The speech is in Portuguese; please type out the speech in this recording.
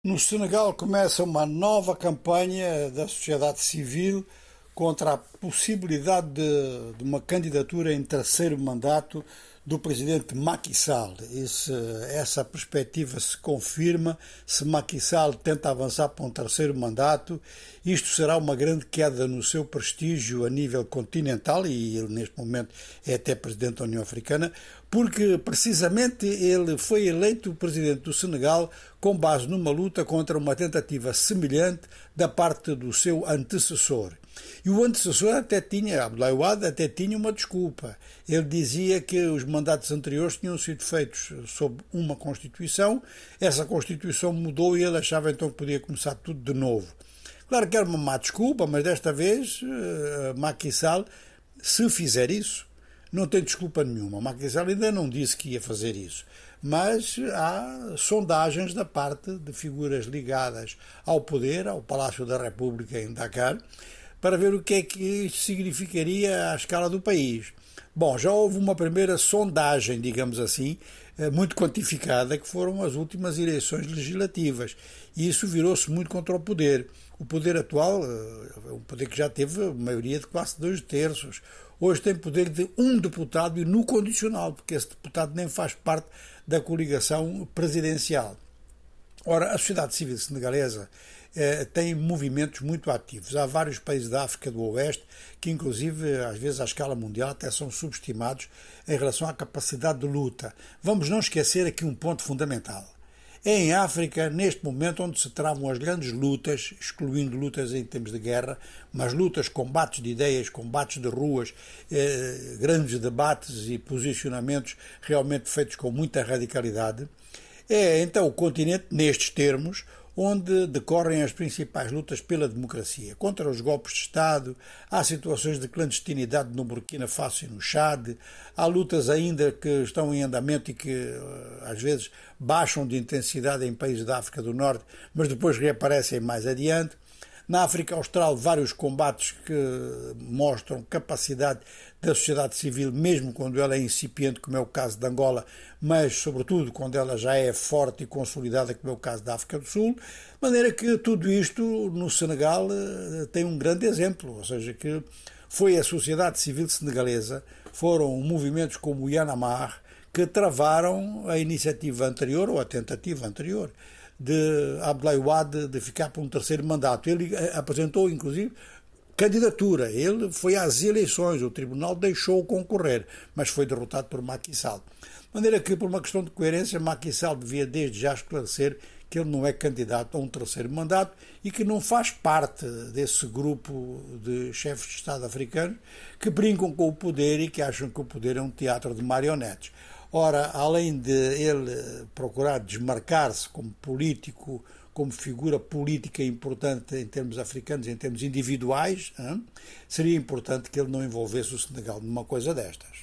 No Senegal começa uma nova campanha da sociedade civil contra a possibilidade de uma candidatura em terceiro mandato do presidente Macky Sall. E se essa perspectiva se confirma, se Macky Sall tenta avançar para um terceiro mandato, isto será uma grande queda no seu prestígio a nível continental, e ele neste momento é até presidente da União Africana, porque precisamente ele foi eleito presidente do Senegal com base numa luta contra uma tentativa semelhante da parte do seu antecessor. E o antecessor Abdoulaye Wade até tinha uma desculpa. Ele dizia que os mandatos anteriores tinham sido feitos sob uma Constituição, essa Constituição mudou e ele achava então que podia começar tudo de novo. Claro que era uma má desculpa, mas desta vez Macky Sall, se fizer isso, não tem desculpa nenhuma. Macky Sall ainda não disse que ia fazer isso. Mas há sondagens da parte de figuras ligadas ao poder, ao Palácio da República em Dakar, para ver o que é que isto significaria à escala do país. Bom, já houve uma primeira sondagem, digamos assim, muito quantificada, que foram as últimas eleições legislativas. E isso virou-se muito contra o poder. O poder atual é um poder que já teve maioria de quase 2/3. Hoje tem poder de um deputado e no condicional, porque esse deputado nem faz parte da coligação presidencial. Ora, a sociedade civil senegalesa tem movimentos muito ativos. Há vários países da África do Oeste que, inclusive, às vezes à escala mundial, até são subestimados em relação à capacidade de luta. Vamos não esquecer aqui um ponto fundamental. É em África, neste momento, onde se travam as grandes lutas, excluindo lutas em termos de guerra, mas lutas, combates de ideias, combates de ruas, grandes debates e posicionamentos realmente feitos com muita radicalidade. É então o continente, nestes termos, onde decorrem as principais lutas pela democracia, contra os golpes de Estado, há situações de clandestinidade no Burkina Faso e no Chad, há lutas ainda que estão em andamento e que às vezes baixam de intensidade em países da África do Norte, mas depois reaparecem mais adiante. Na África Austral, vários combates que mostram capacidade da sociedade civil, mesmo quando ela é incipiente, como é o caso de Angola, mas, sobretudo, quando ela já é forte e consolidada, como é o caso da África do Sul. De maneira que tudo isto, no Senegal, tem um grande exemplo, ou seja, que foi a sociedade civil senegalesa, foram movimentos como o Yanamar, que travaram a iniciativa anterior, ou a tentativa anterior, de Abdoulaye Wade de ficar para um terceiro mandato. Ele apresentou, inclusive, candidatura. Ele foi às eleições, o tribunal deixou-o concorrer, mas foi derrotado por Macky Sall. De maneira que, por uma questão de coerência, Macky Sall devia desde já esclarecer que ele não é candidato a um terceiro mandato e que não faz parte desse grupo de chefes de Estado africanos que brincam com o poder e que acham que o poder é um teatro de marionetes. Ora, além de ele procurar desmarcar-se como político, como figura política importante em termos africanos, em termos individuais, seria importante que ele não envolvesse o Senegal numa coisa destas.